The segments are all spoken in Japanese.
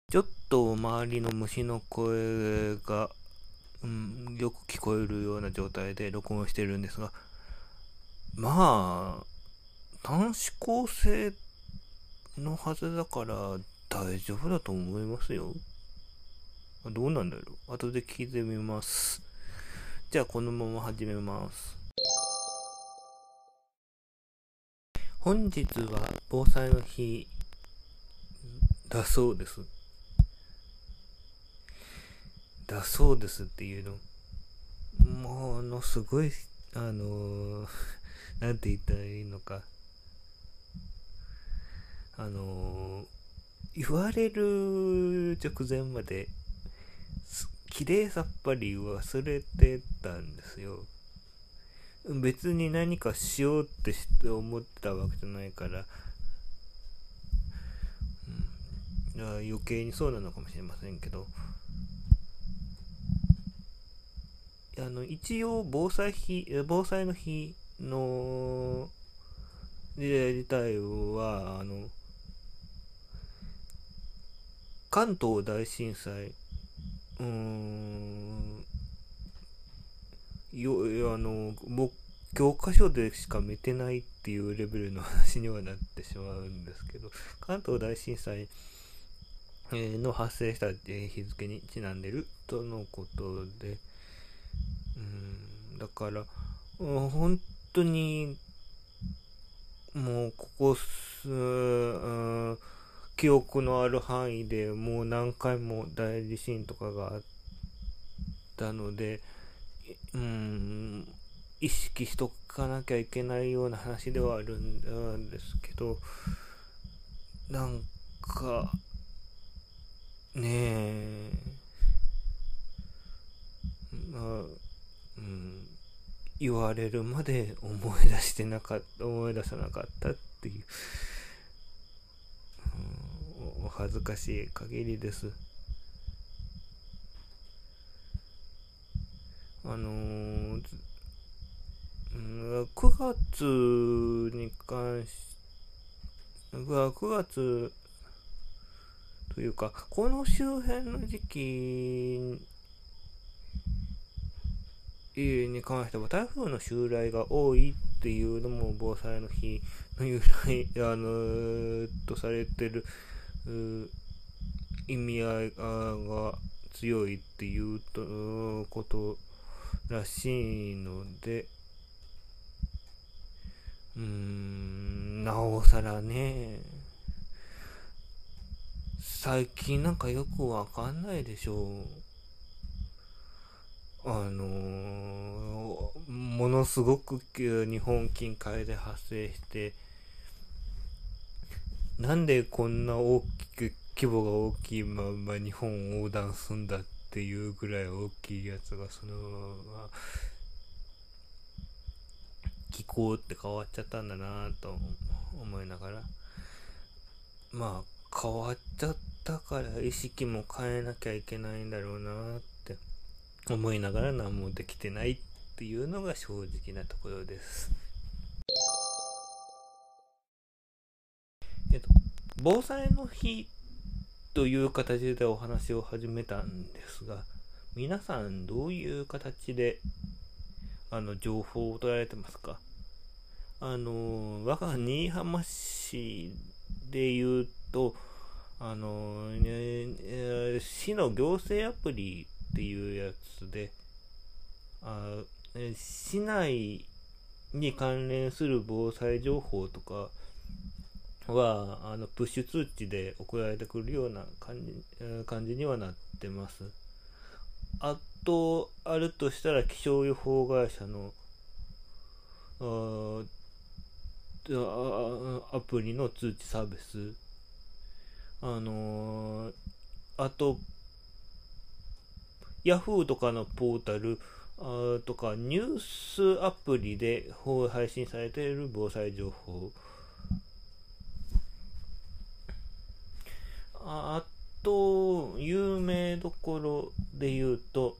ちょっと周りの虫の声が、よく聞こえるような状態で録音してるんですが、まあ、端子構成のはずだから大丈夫だと思いますよ。どうなんだろう。後で聞いてみます。じゃあこのまま始めます。本日は防災の日だそうです。だそうですっていうの。ものすごい、なんて言ったらいいのか。言われる直前まできれいさっぱり忘れてたんですよ。別に何かしようって思ってたわけじゃないから、余計にそうなのかもしれませんけど、一応防災の日の自体は関東大震災僕教科書でしか見てないっていうレベルの話にはなってしまうんですけど、関東大震災の発生した日付にちなんでるとのことで、だから本当にもうここ記憶のある範囲でもう何回も大地震とかがあったので、意識しとかなきゃいけないような話ではあるんですけど、なんかねえ、まあ、言われるまで思い出さなかったっていう、お恥ずかしい限りです。9月に関し9月というかこの周辺の時期に関しては台風の襲来が多いっていうのも防災の日の由来とされてる意味合いが強いっていうことらしいので、なおさらね、最近なんかよくわかんないでしょう。ものすごく日本近海で発生して、なんでこんな規模が大きいまま日本を横断すんだっていうぐらい大きいやつがそのまま気候って変わっちゃったんだなと思いながら、まあ変わっちゃったから意識も変えなきゃいけないんだろうなって思いながら何もできてないっていうのが正直なところです。防災の日という形でお話を始めたんですが、皆さんどういう形で情報を取られてますか？我が新居浜市で言うと、市の行政アプリっていうやつで、市内に関連する防災情報とかはプッシュ通知で送られてくるような感じにはなってます。あとあるとしたら気象予報会社のアプリの通知サービス、あとヤフーとかのポータルとかニュースアプリで配信されている防災情報、あと有名どころで言うと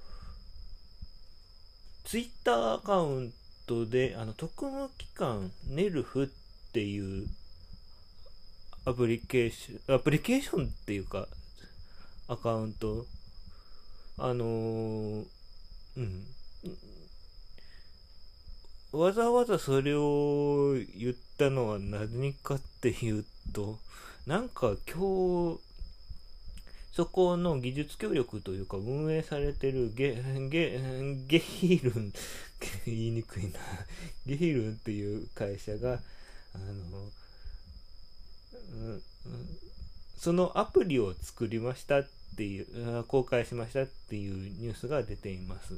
ツイッターアカウントで特務機関ネルフっていうアプリケーションっていうかアカウント、あのーうん、わざわざそれを言ったのは何かっていうと、なんか今日、そこの技術協力というか運営されてるゲヒールン、言いにくいな、ゲヒールンっていう会社が、あの、うんそのアプリを作りましたっていう、公開しましたっていうニュースが出ています。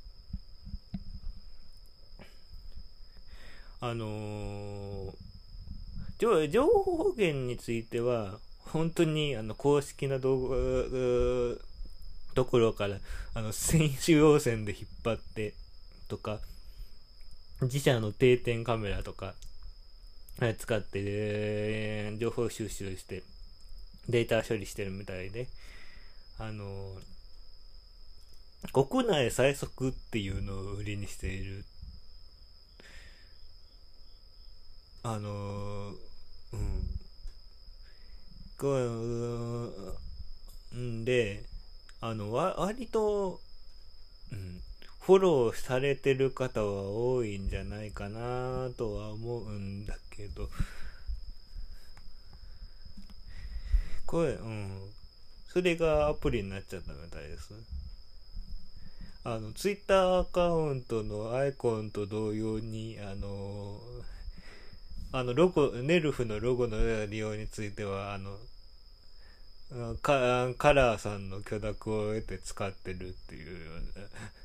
あの情報源については、本当に公式な動画ところから選手要線で引っ張ってとか、自社の定点カメラとか使って、情報収集してデータ処理してるみたいで、国内最速っていうのを売りにしている。うん。こうんで、割と、うん、フォローされてる方は多いんじゃないかなとは思うんだけど、それがアプリになっちゃったみたいです。ツイッターアカウントのアイコンと同様に、ネルフのロゴの利用については、カラーさんの許諾を得て使ってるっていうような、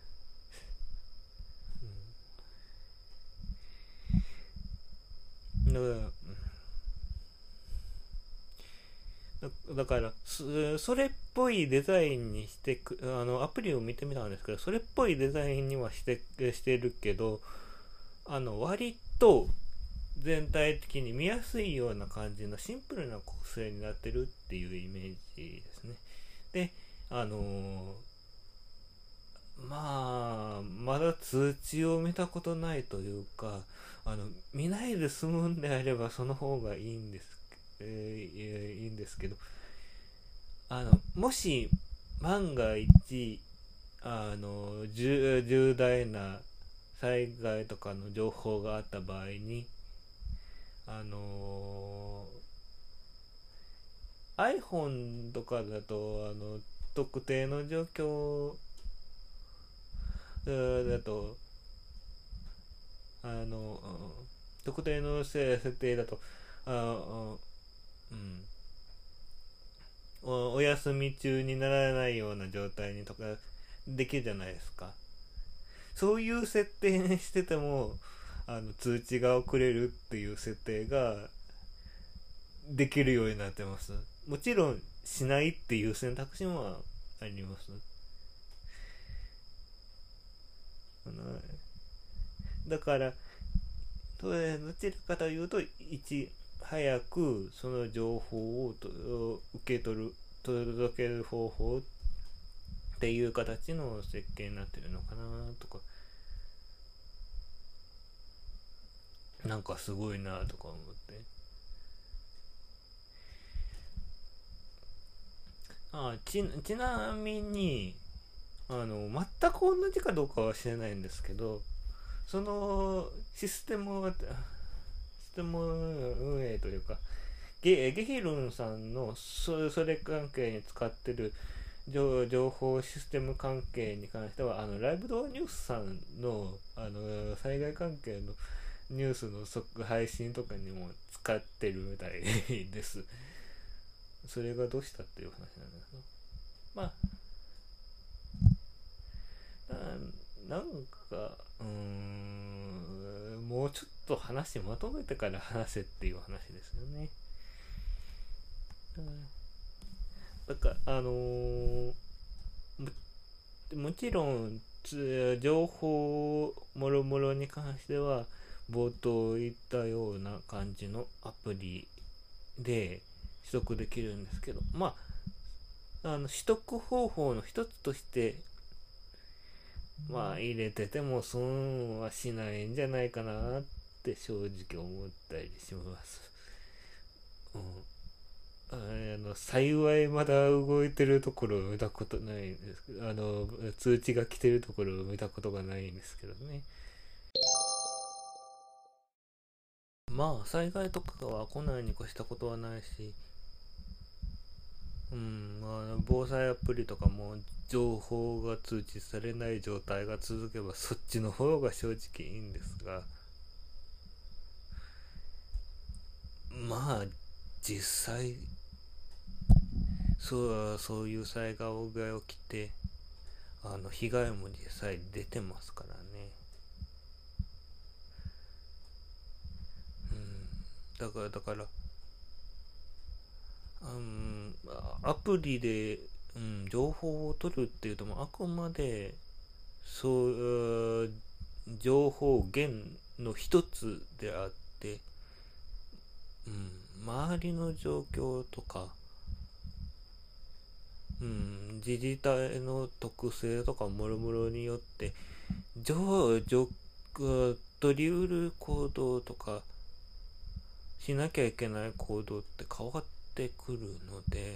だからそれっぽいデザインにしてアプリを見てみたんですけど、それっぽいデザインにはしてるけど、割と全体的に見やすいような感じのシンプルな構成になってるっていうイメージですね。で、まだ通知を見たことないというか、見ないで済むんであればその方がいいんです、いいんですけど、もし万が一、重大な災害とかの情報があった場合に、iPhone とかだと特定の状況だと特定の設定だとうんお休み中にならないような状態にとかできるじゃないですか。そういう設定にしてても通知が遅れるっていう設定ができるようになってます。もちろんしないっていう選択肢もあります。だからどちらかというと、早くその情報を受け取る届ける方法っていう形の設計になってるのかなとか、なんかすごいなとか思って。ちなみに全く同じかどうかは知らないんですけど、そのシステム運営というか、ゲヒルンさんのそれ関係に使ってる情報システム関係に関しては、ライブドアニュースさんの災害関係のニュースの配信とかにも使ってるみたいです。それがどうしたっていう話なんですけど、まあなんかもうちょっと話まとめてから話せっていう話ですよね。だからもちろん情報もろもろに関しては冒頭言ったような感じのアプリで取得できるんですけど、取得方法の一つとして入れてても損はしないんじゃないかなって正直思ったりします。 幸いまだ動いてるところを見たことないんですけど、通知が来てるところを見たことがないんですけどね。まあ災害とかは来ないに越したことはないし、防災アプリとかも情報が通知されない状態が続けばそっちの方が正直いいんですが、まあ実際そういう災害が起きて被害も実際出てますからね。だからアプリで、情報を取るっていうともあくまでそう情報源の一つであって、周りの状況とか、自治体の特性とかもろもろによって取りうる行動とかしなきゃいけない行動って変わってくるので、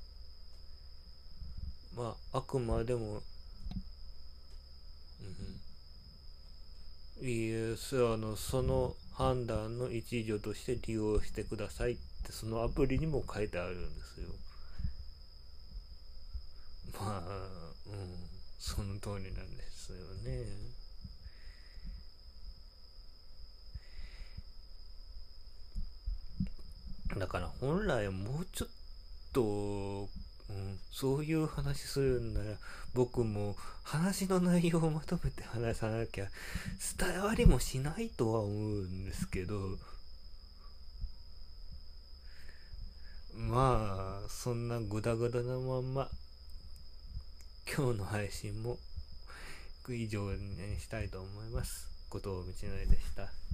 あくまでも、その判断の一助として利用してくださいってそのアプリにも書いてあるんですよ。その通りなんですよね。だから本来もうちょっと、そういう話するんなら僕も話の内容をまとめて話さなきゃ伝わりもしないとは思うんですけど、そんなグダグダなまんま今日の配信も以上にしたいと思います。後藤道のりでした。